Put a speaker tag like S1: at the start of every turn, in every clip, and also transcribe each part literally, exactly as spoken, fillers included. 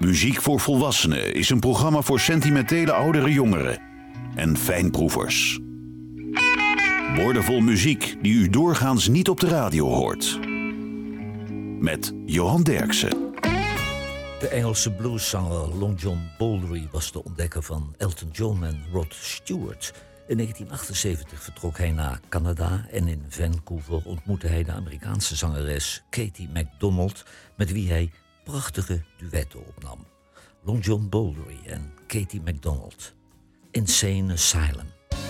S1: Muziek voor Volwassenen is een programma voor sentimentele oudere jongeren en fijnproevers. Woordenvol muziek die u doorgaans niet op de radio hoort. Met Johan Derksen.
S2: De Engelse blueszanger Long John Baldry was de ontdekker van Elton John en Rod Stewart. In negentien achtenzeventig vertrok hij naar Canada en in Vancouver ontmoette hij de Amerikaanse zangeres Katie MacDonald, met wie hij prachtige duetten opnam. Long John Baldry en Katie MacDonald. Insane Asylum.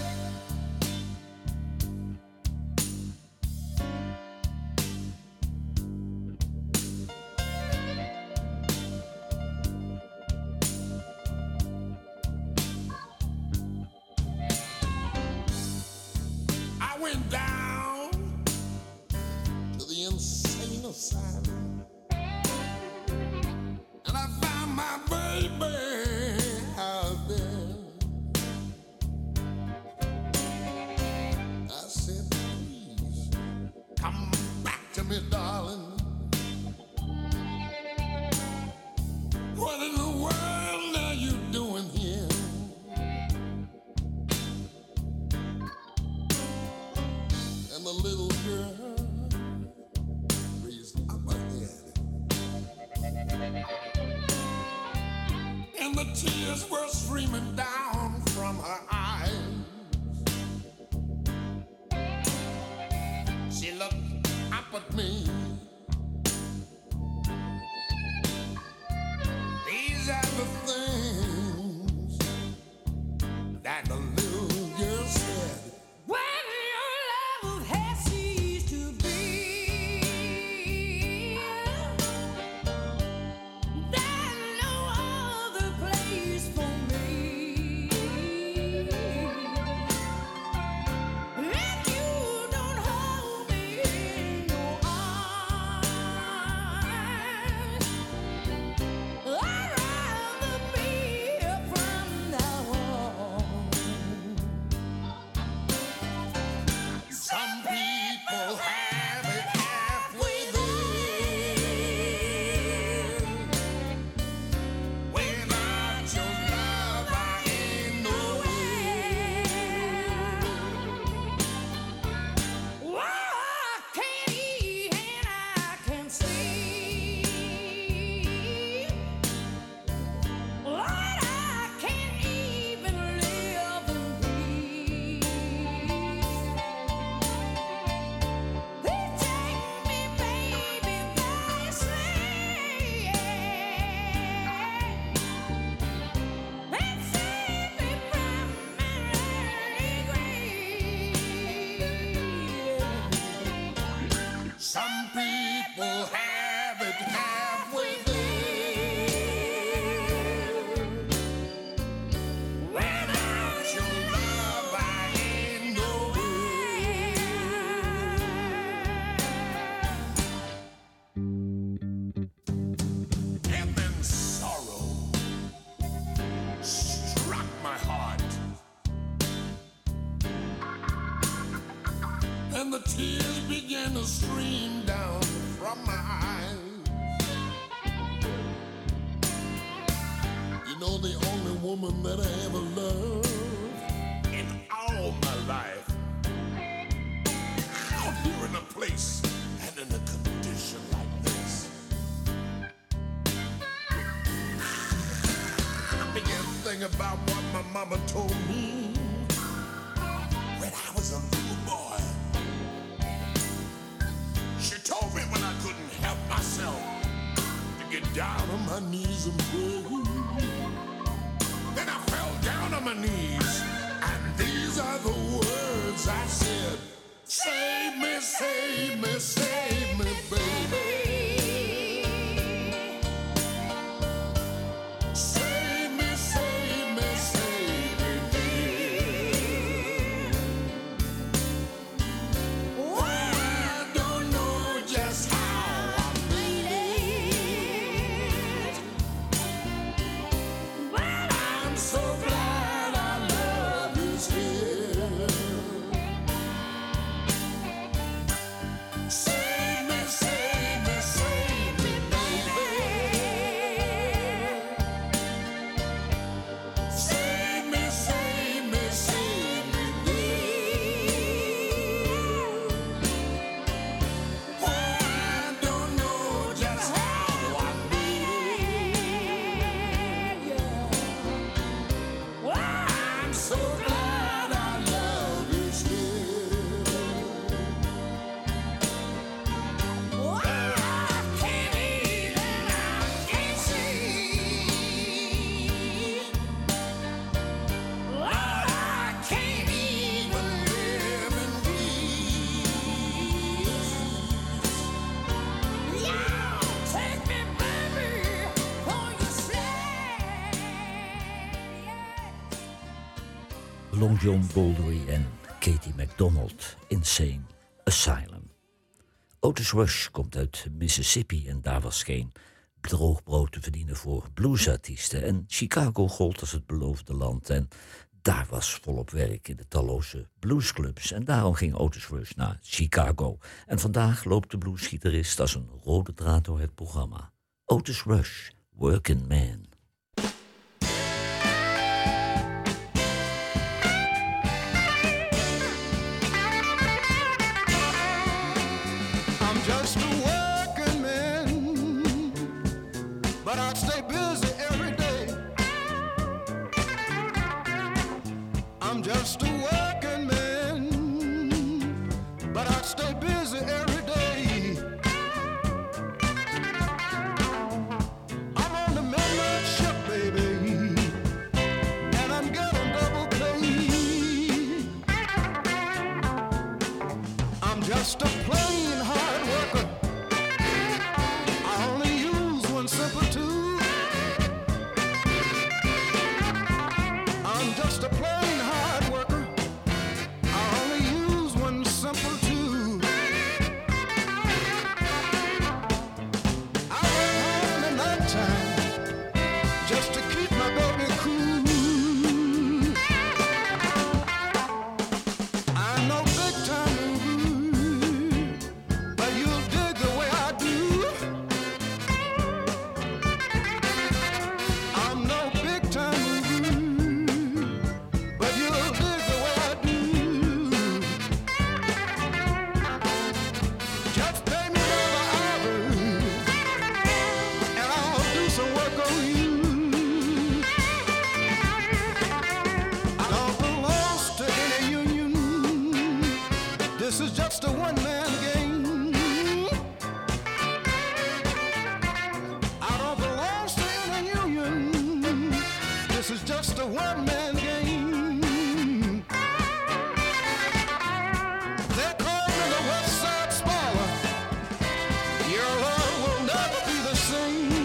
S3: About what my mama told me when I was a little boy. She told me when I couldn't help myself to get down on my knees and pray. Then I fell down on my knees, and these are the words I said: save me, save me, save me, baby. Say
S2: Long John Baldry en Katie MacDonald, Insane Asylum. Otis Rush komt uit Mississippi en daar was geen droog brood te verdienen voor bluesartiesten. En Chicago gold als het beloofde land en daar was volop werk in de talloze bluesclubs. En daarom ging Otis Rush naar Chicago. En vandaag loopt de bluesgitarist als een rode draad door het programma. Otis Rush, Working Man.
S4: Just a working man, but I stay busy every day. I'm just a working man, but I stay busy every day. I'm on the midnight ship, baby, and I'm getting double pay. I'm just a plain hard worker. I only use one simple tool. I'm just a plain hard worker. I only use one simple tool. I work hard in the nighttime just to keep my baby cool. I know big time, but you'll dig the way I do. I'm no big time, but you'll dig the way I do. Just pay me by the hour, and I'll do some work on you. I don't belong to any union. This is just a one-man game. I don't belong to any union. This is just a one-man game. They call me the West Side Spoiler. Your love will never be the same.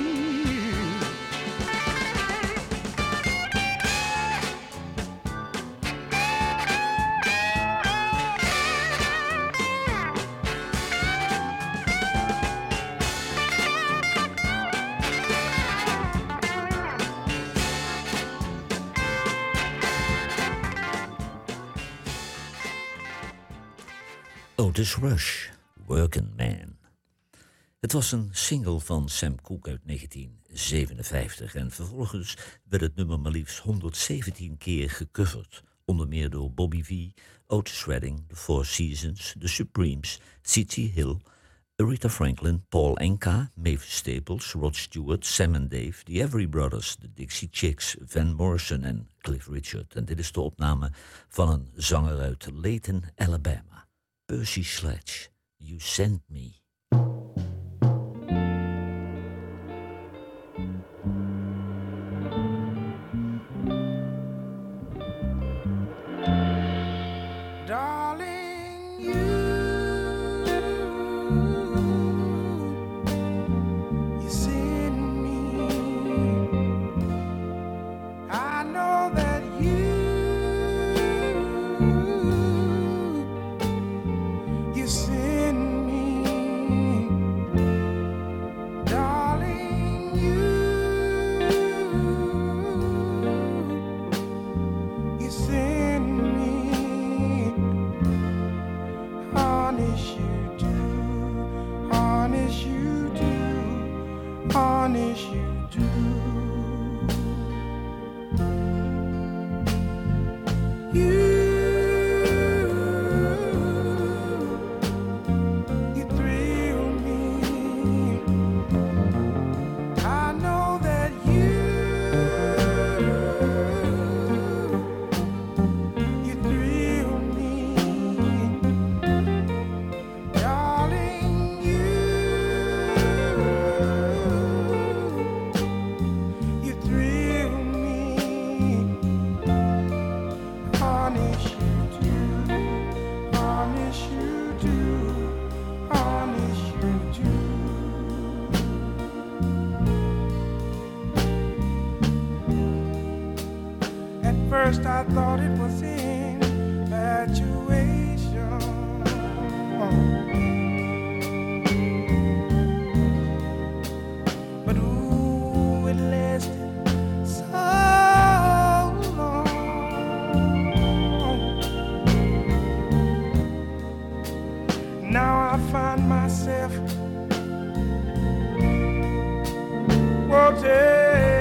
S2: Otis Rush, Working Man. Het was een single van Sam Cooke uit negentien zevenenvijftig en vervolgens werd het nummer maar liefst honderdzeventien keer gecoverd. Onder meer door Bobby V, Otis Redding, The Four Seasons, The Supremes, C T Hill, Aretha Franklin, Paul Anka, Mavis Staples, Rod Stewart, Sam and Dave, The Everly Brothers, The Dixie Chicks, Van Morrison en Cliff Richard. En dit is de opname van een zanger uit Layton, Alabama. Percy Sledge, You Sent Me.
S4: Darling, you, you send me. I know that you, you send me. Darling, you, you send me. Honest you do, honest you do, honest you do. You, you thrill me. I know that you, you thrill me. Darling, you,
S5: first I thought it was infatuation, but ooh, it lasted so long. Now I find myself wanting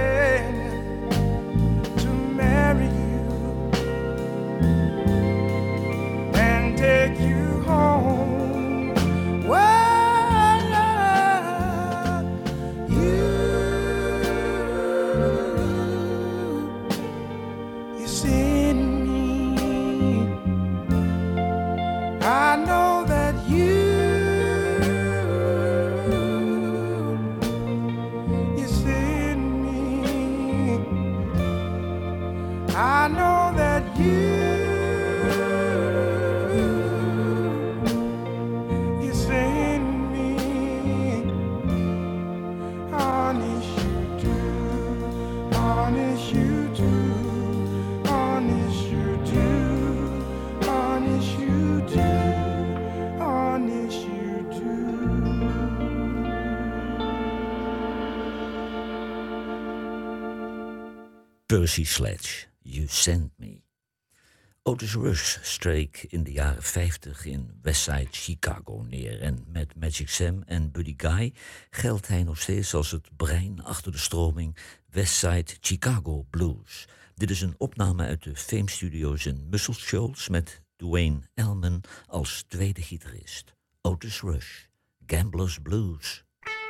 S2: Percy Sledge, You Sent Me. Otis Rush streek in de jaren vijftig in Westside Chicago neer. En met Magic Sam en Buddy Guy geldt hij nog steeds als het brein achter de stroming Westside Chicago Blues. Dit is een opname uit de Fame Studios in Muscle Shoals met Duane Allman als tweede gitarist. Otis Rush, Gambler's Blues.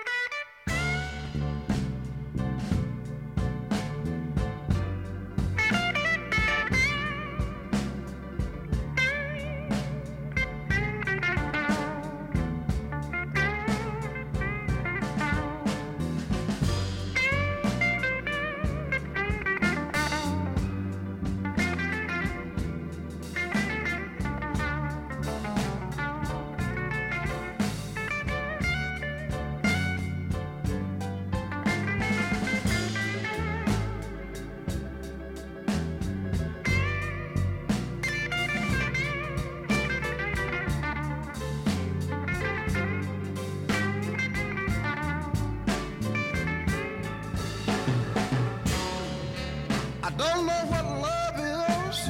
S4: Don't know what love is,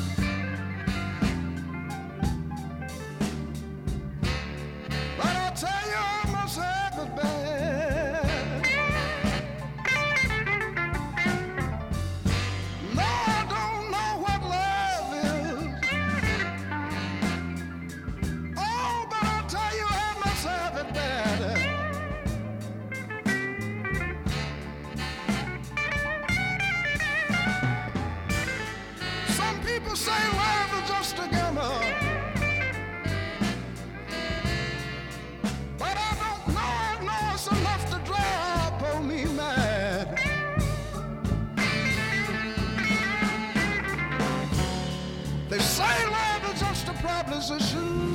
S4: but I'll tell you I must have it bad. No, I don't know what love is. Oh, but I'll tell you I must have it bad. People say love is just a gamble, but I don't know, I know it's enough to drive on me mad. They say love is just a proposition,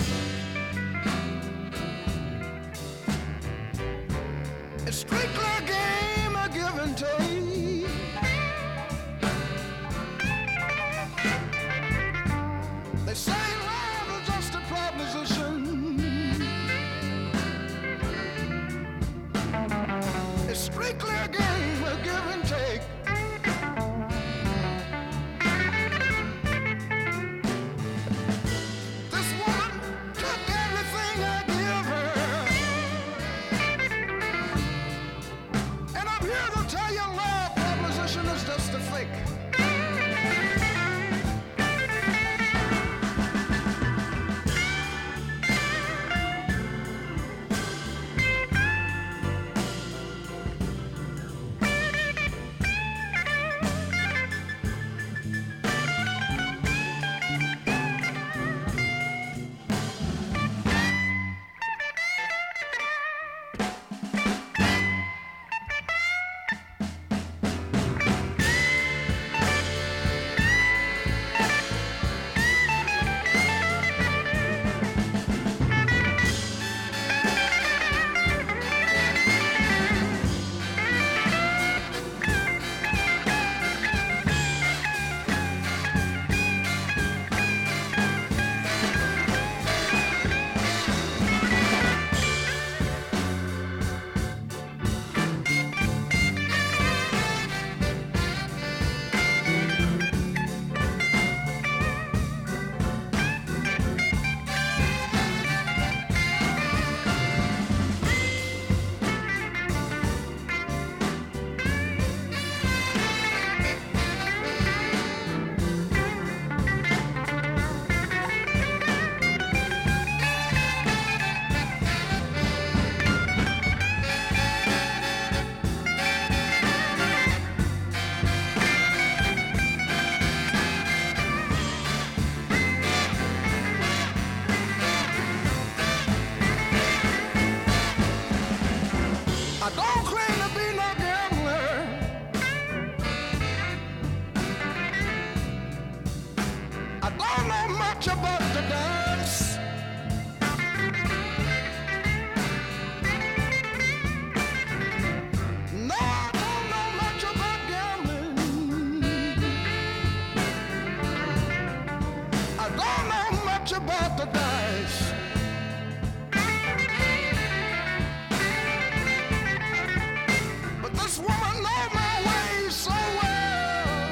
S4: it's strictly a game of give and take. They say love is just a proposition, it's strictly a game of give and take. This woman took everything I give her, and I'm here to tell you love proposition is just a fake. I don't claim to be no gambler. I don't know much about the dance. No, I don't know much about gambling. I don't know much about the dice. But this woman knows my ways so well.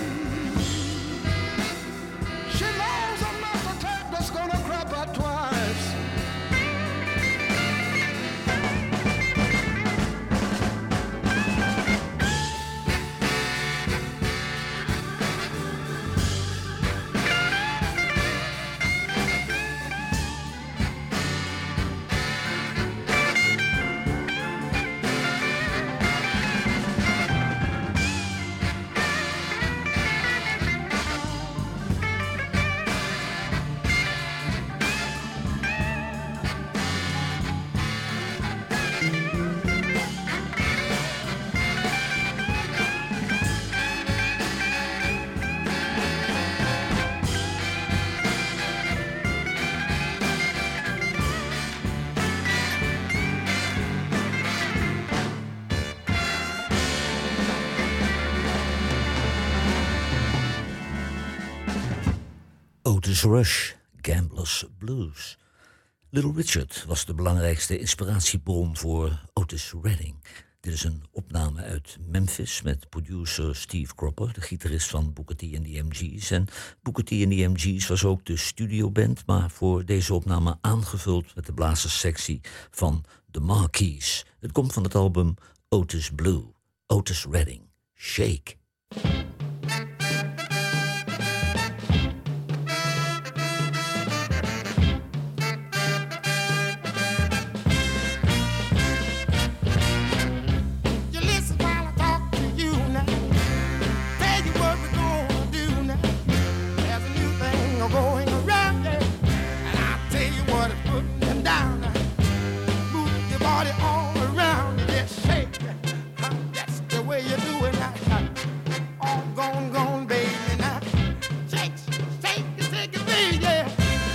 S4: She knows I'm not the type that's gonna crap her twice.
S2: Otis Rush, Gambler's Blues. Little Richard was de belangrijkste inspiratiebron voor Otis Redding. Dit is een opname uit Memphis met producer Steve Cropper, de gitarist van Booker T en de M G's. En Booker T en de M G's was ook de studioband, maar voor deze opname aangevuld met de blazerssectie van The Marquis. Het komt van het album Otis Blue, Otis Redding, Shake.
S5: You listen while I talk to you now. Tell you what we're gonna do now. There's a new thing going around there, and I'll tell you what it's putting them down now. Move your body all around, just shake. That's the way you do it now. All gone, gone, baby now. Shake, shake, shake it, baby, yeah.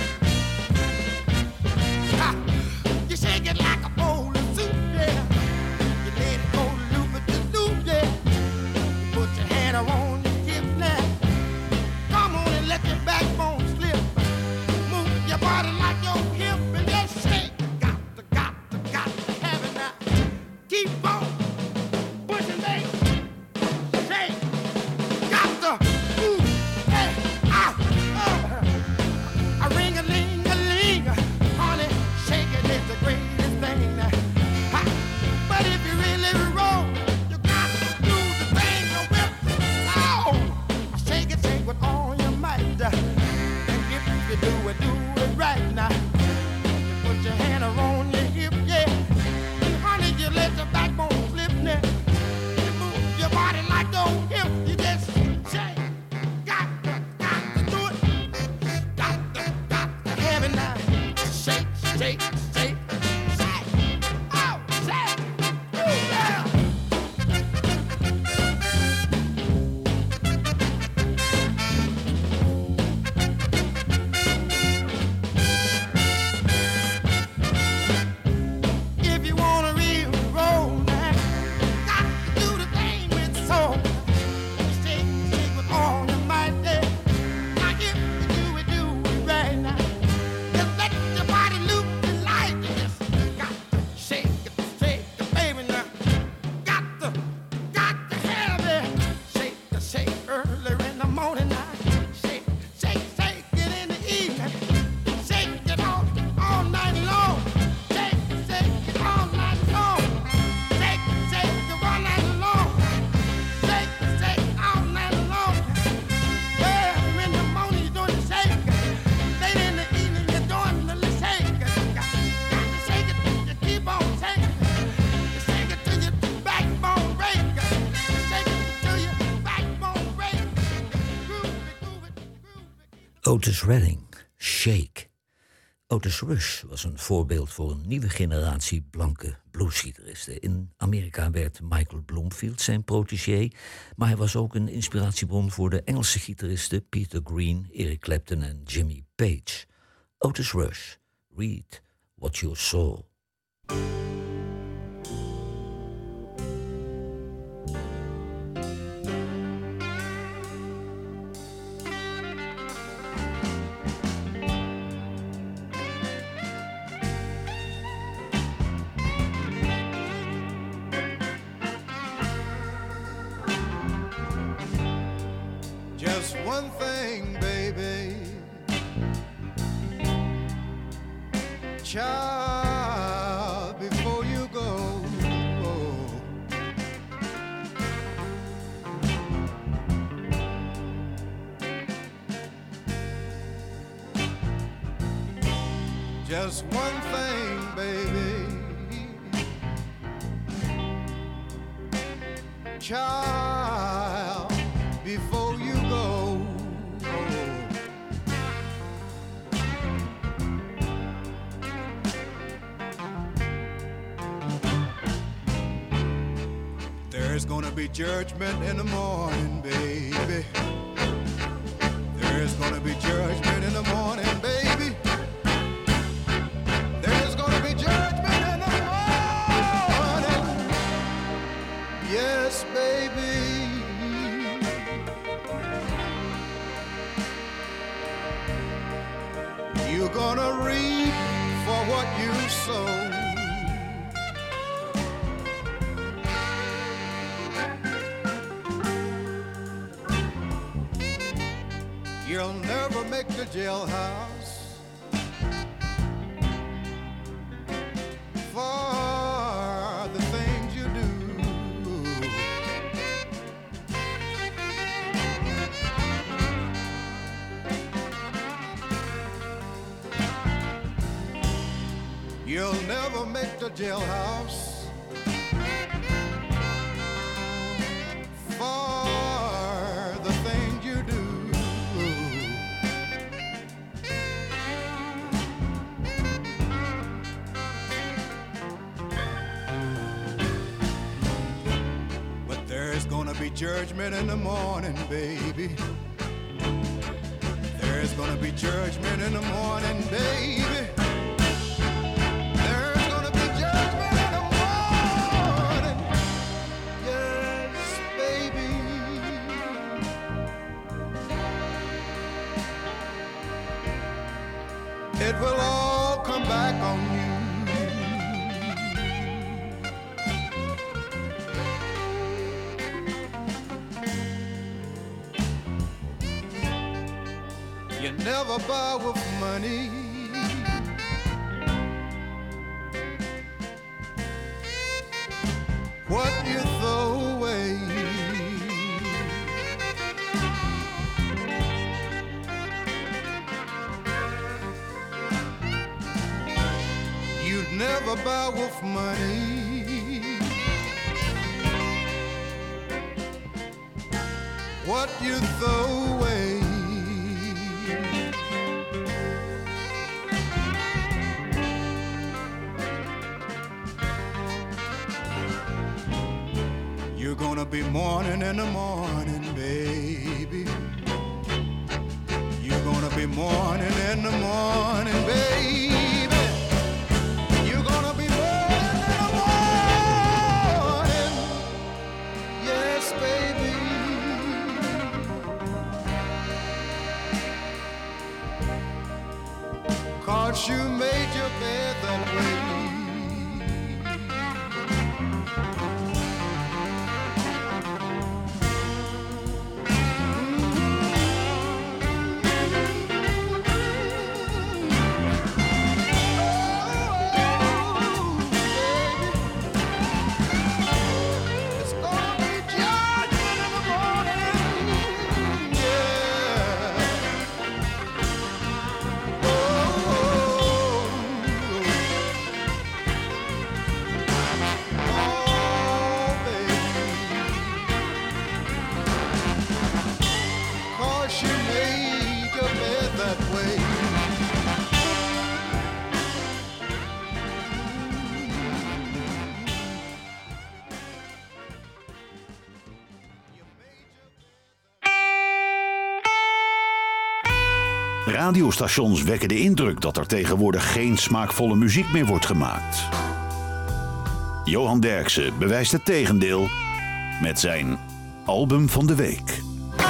S5: Ha, you shake it like a bowl of soup, yeah. You let it go loop it to loop, yeah. You put your hand around your hip now. Come on and let your backbone slip. Move your body like your hip and just shake. Got to, got to, got to have it now. Keep on pushing, baby. Shake. Got to move. Hey, ah, oh. A ring a ling a ling, honey, shaking is the greatest thing. Ha. But if you really roll, you got to do the thing with soul. Shake it, shake with all your might. And if you do it, do it right now. You put your hand around your hip, yeah. And honey, you let your backbone slip now. You move your body like your hip. You just shake. Got to, got to do it. Got to, got to have it now. Shake, shake, shake, shake. Oh, shake. Ooh, yeah. If you want a real roll now, got to do the thing with soul. You shake, shake with all your might, yeah. Now if you do it, do it right now. Just let your body loop and light. You just got to shake it, shake it, baby now. Got to, got to have it. Shake the shake early in the morning now. Shake, shake, shake it in the evening. Shake it all, all night long. Shake, shake it all night long. Shake, shake it all night long. Shake, shake it all night long. Well, in the morning you're doing the shake. Late in the evening you're doing the shake. Got, got to shake it, you keep on shaking. You shake it till your backbone break. You shake it till your backbone break. Groove it, groove it, groove it.
S2: Otis Redding, Shake. Otis Rush was een voorbeeld voor een nieuwe generatie blanke bluesgitaristen. In Amerika werd Michael Bloomfield zijn protégé, maar hij was ook een inspiratiebron voor de Engelse gitaristen Peter Green, Eric Clapton en Jimmy Page. Otis Rush, Read What You Saw.
S4: Just one thing, baby. Child, before you go, just one thing, baby. Child, before you go. There's gonna be judgment in the morning, baby. There's gonna be judgment in the morning, baby. There's gonna be judgment in the morning. Yes, baby. You're gonna reap for what you sow. You'll never make the jailhouse for the things you do. You'll never make the jailhouse for the things you do. But there's gonna be judgment in the morning, baby. There's gonna be judgment in the morning, baby. It will all come back on you. You never buy with money. What you throw away. Never buy with money what you throw away. You're gonna be mourning in the morning, baby. You're gonna be mourning in the morning, baby. Cause you made your bed that way.
S1: radiostations wekken de indruk dat er tegenwoordig geen smaakvolle muziek meer wordt gemaakt. Johan Derksen bewijst het tegendeel met zijn album van de week.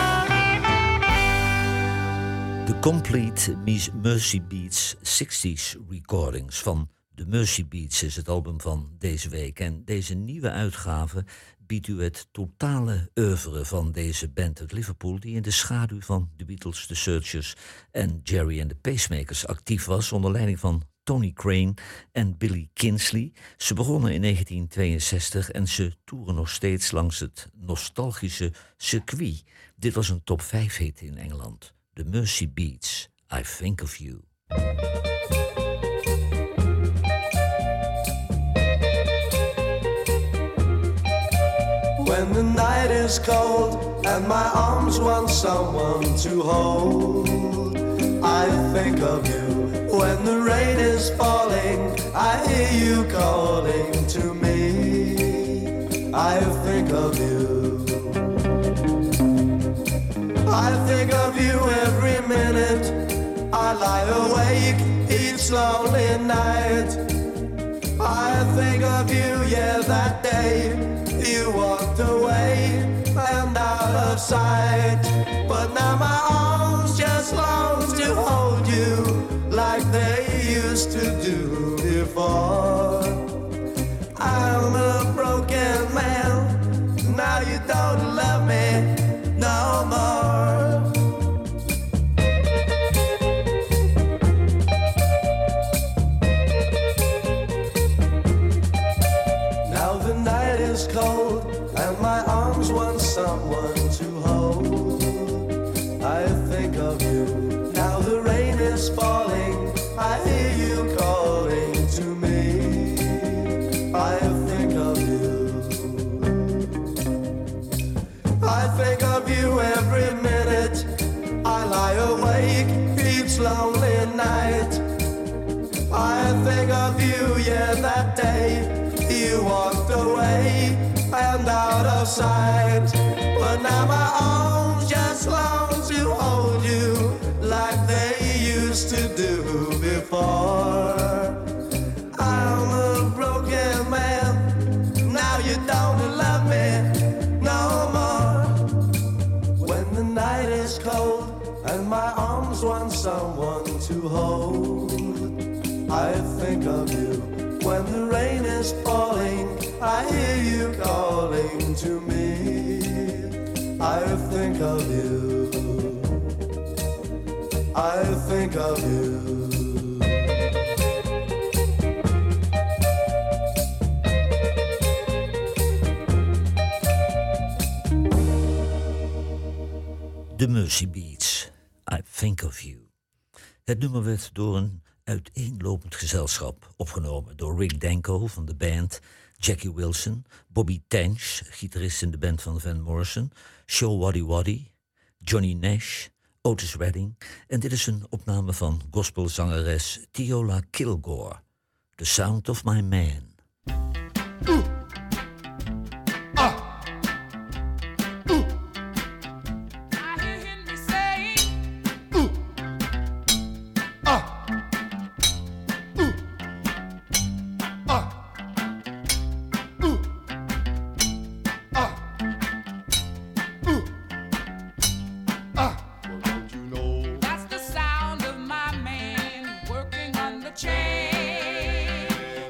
S2: De Complete Mercy Beats zestig's Recordings van The Mercy Beats is het album van deze week. En deze nieuwe uitgave biedt u het totale oeuvre van deze band uit Liverpool, die in de schaduw van de Beatles, The Searchers en Jerry and the Pacemakers actief was onder leiding van Tony Crane en Billy Kinsley. Ze begonnen in negentien tweeënzestig en ze toeren nog steeds langs het nostalgische circuit. Dit was een top vijf hit in Engeland. The Mercy Beats, I Think of You.
S6: When the night is cold and my arms want someone to hold, I think of you. When the rain is falling, I hear you calling to me. I think of you. I think of you every minute. I lie awake each lonely night. I think of you, yeah, that day you walked away and out of sight. But now my arms just long to hold you like they used to do before. I'm a broken man, now you don't love me no more. Now the night is cold and my arms want someone to hold. I think of you. Now the rain is falling, I hear you calling to me. I think of you. I think of you every minute. I lie awake each lonely night. I think of you, yeah, that day you walked away and out of sight. But now my arms just long to hold you like they used to do before. I'm a broken man, now you don't love me no more. When the night is cold and my arms want someone to hold, I think of you. When the rain is falling, I hear you calling to me. I think of you. I think of you.
S2: The Mercy Beats, I Think of You. Het nummer werd door een uiteenlopend gezelschap opgenomen door Rick Danko van de band, Jackie Wilson, Bobby Tench, gitarist in de band van Van Morrison, Show Waddy Waddy, Johnny Nash, Otis Redding en dit is een opname van gospelzangeres Tiola Kilgore, The Sound of My Man.
S3: Uh. Ah. Uh.
S7: I hear Henry say,
S3: Uh. Ah. Uh. Ah. Uh. Ah. Uh. Ah. Well, don't you know?
S7: that's the sound of my man working on the chain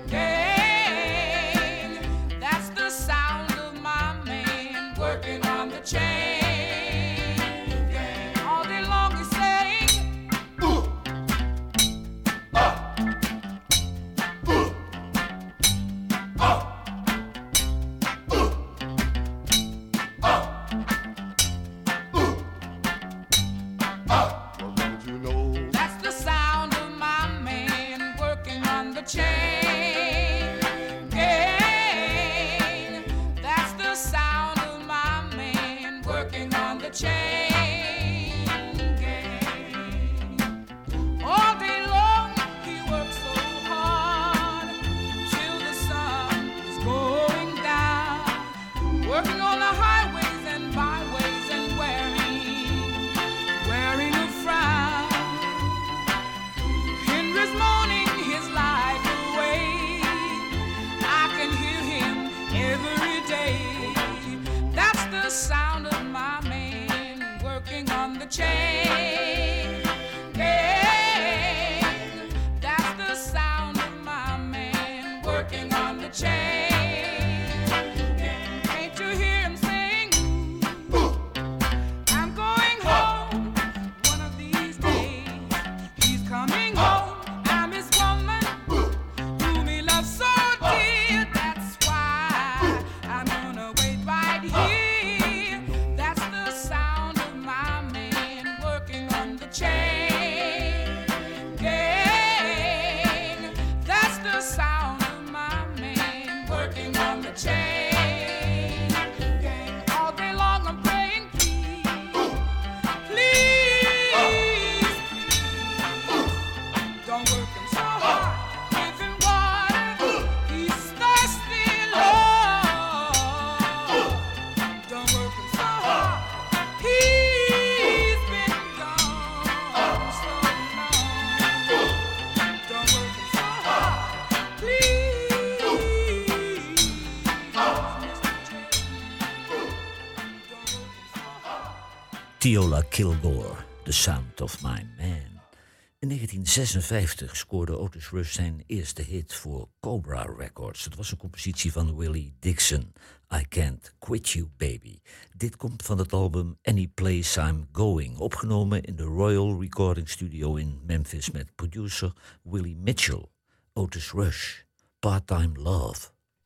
S7: gang. That's the sound of my man working on the chain gang. All day long he's saying,
S3: Uh. Ah. Uh. Ah. Uh. Ah. Uh. Ah. Well, don't you know?
S7: that's the sound of my man working on the chain gang. That's the sound of my man working on the chain gang. All day long he works so hard till the sun is going down, working on the highways and byways and wearing, wearing a frown.
S2: Tiola Kilgore, The Sound of My Man. In negentien zesenvijftig scoorde Otis Rush zijn eerste hit voor Cobra Records. Het was een compositie van Willie Dixon, I Can't Quit You Baby. Dit komt van het album Any Place I'm Going, opgenomen in de Royal Recording Studio in Memphis met producer Willie Mitchell. Otis Rush, Part-Time Love.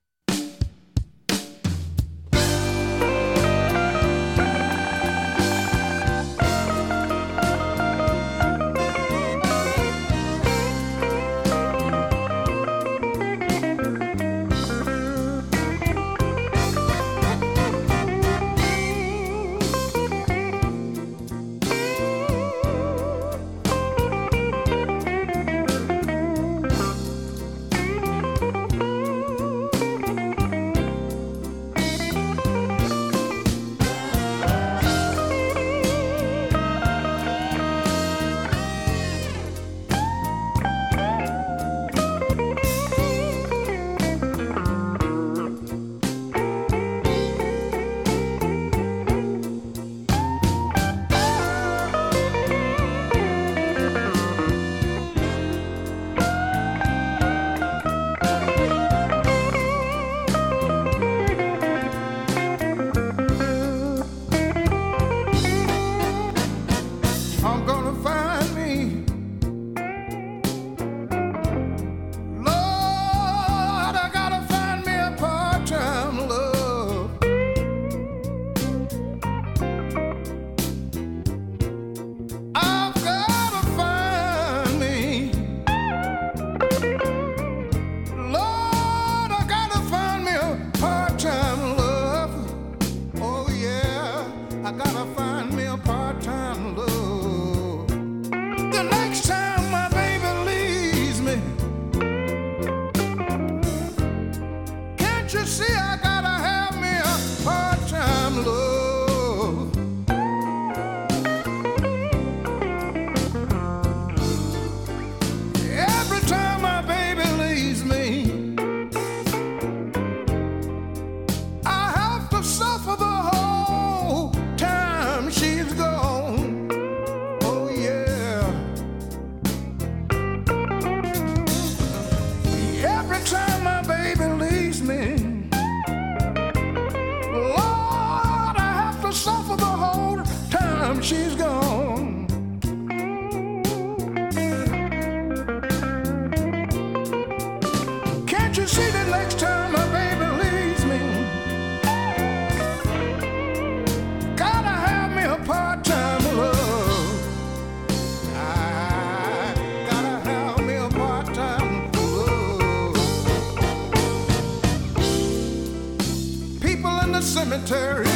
S4: Cemetery,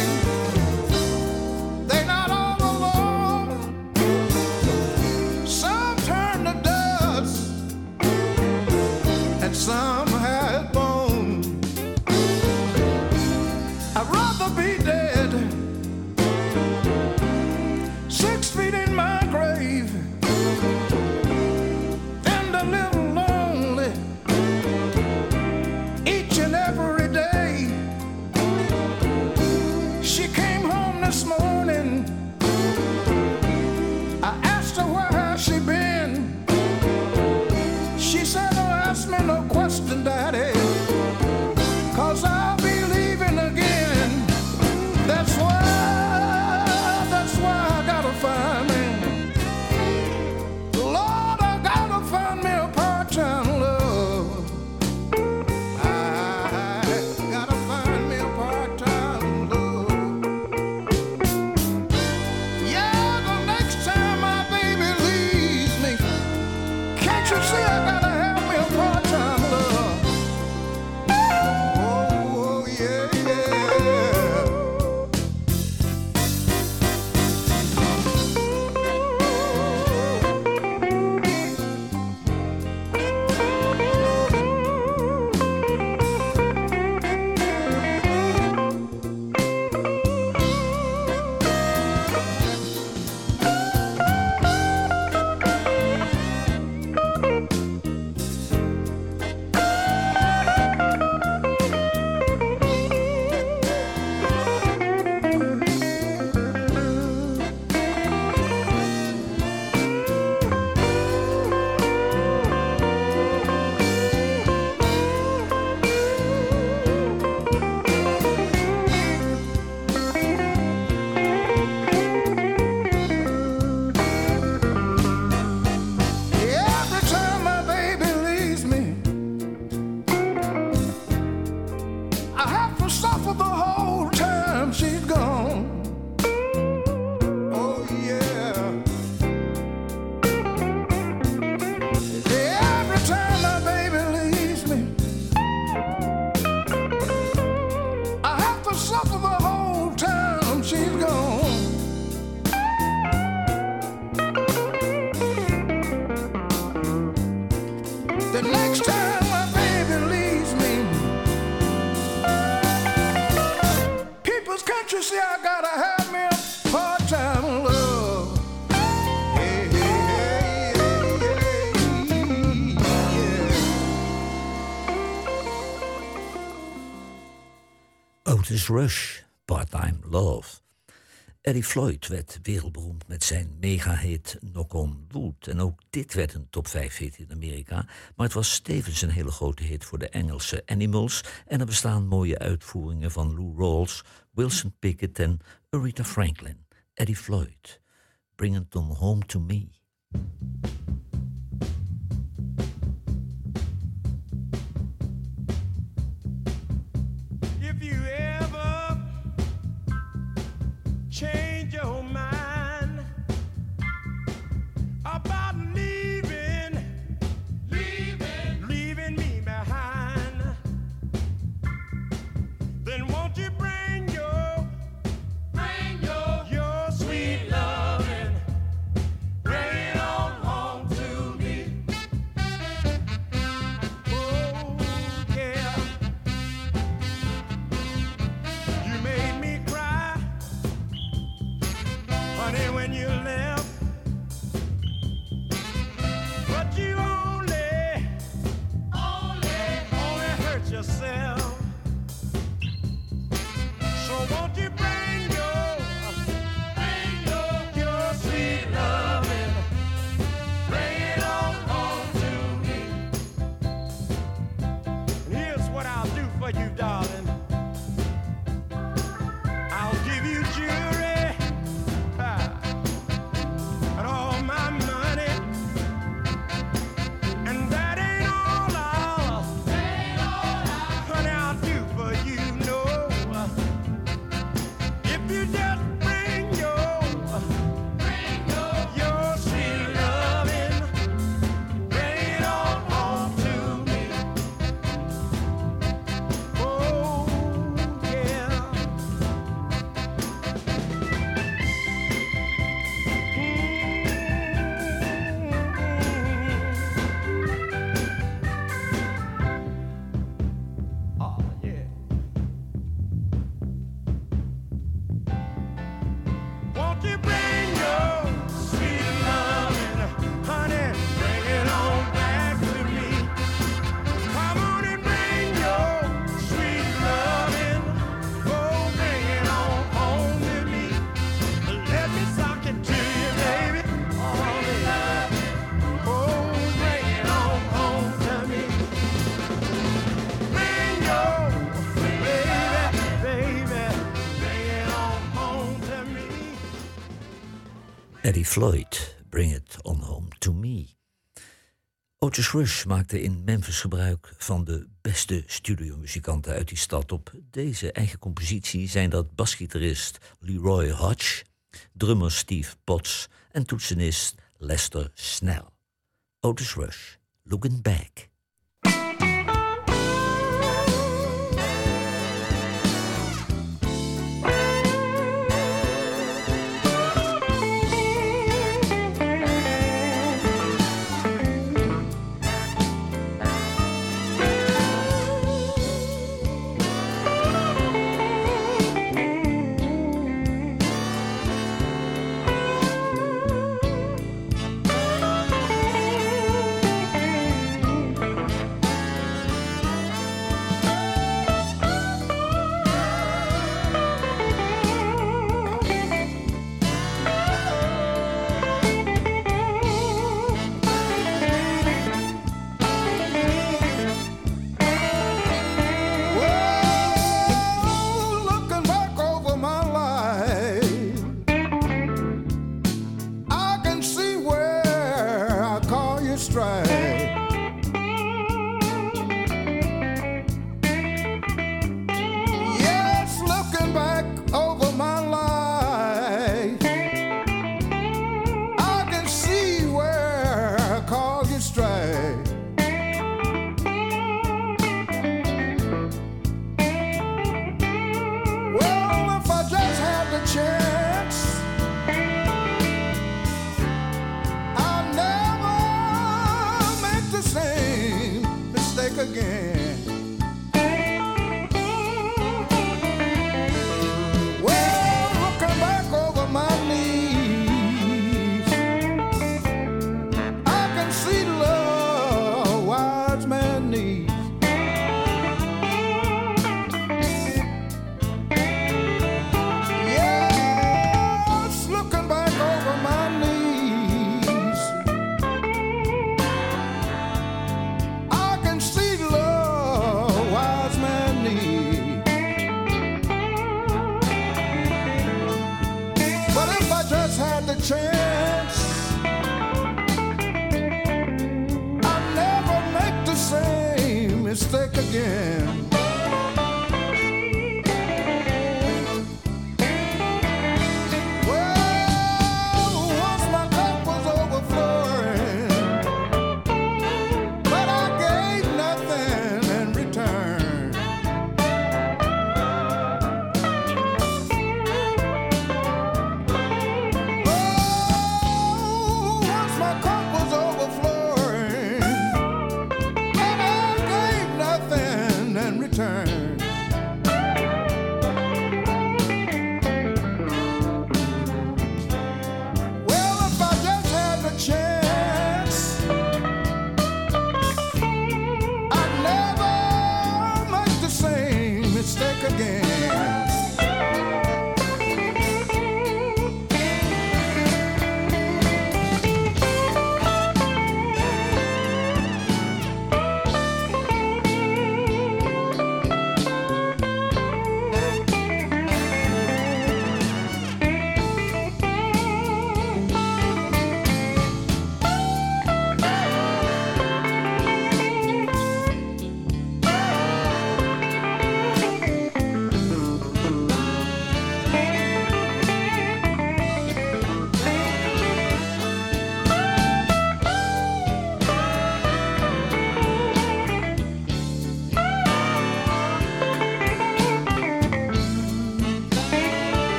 S4: they're not all alone. Some turn to dust and some had bone. I'd rather be dead, six feet in my grave, than to live lonely each and every day. She can't suffer the whole time she's gone. The next time my baby leaves me, people's country say I gotta have me a part-time love. Hey, hey, hey, hey, yeah.
S2: Otis Rush, Part-Time Love. Eddie Floyd werd wereldberoemd met zijn mega-hit Knock on Wood. En ook dit werd een top vijf hit in Amerika. Maar het was tevens een hele grote hit voor de Engelse Animals. En er bestaan mooie uitvoeringen van Lou Rawls, Wilson Pickett en Aretha Franklin. Eddie Floyd, Bring It On Home To Me.
S8: If you ever change your mind about leaving, leaving, leaving me behind, then won't you bring your, bring your, your sweet loving, bring it on home to me. Oh yeah, you made me cry, honey, when you left, but you only, only, only hurt yourself. So won't you bring your, bring your, your sweet loving, bring it on home to me. And here's what I'll do for you, darling. I'll give you jewelry, ah, and all my money, and that ain't all I'll, ain't all I'll, honey, I'll do for you, no. If you just bring your, bring your, your sweet loving, bring it on home to me. Oh yeah. Oh yeah. Won't you bring your sweet loving, honey, bring it on back to me. Come on and bring your sweet loving, oh, bring it on home to me. Let me sock it to you, baby. Oh, yeah. Oh, bring it on home to me. Bring your baby, baby, bring it on home to me.
S2: Eddie Floyd, Bring It On Home To Me. Otis Rush maakte in Memphis gebruik van de beste studiomuzikanten uit die stad. Op deze eigen compositie zijn dat basgitarist Leroy Hodge, drummer Steve Potts en toetsenist Lester Snell. Otis Rush, Looking Back.
S8: Bring
S4: chance. I'll never make the same mistake again.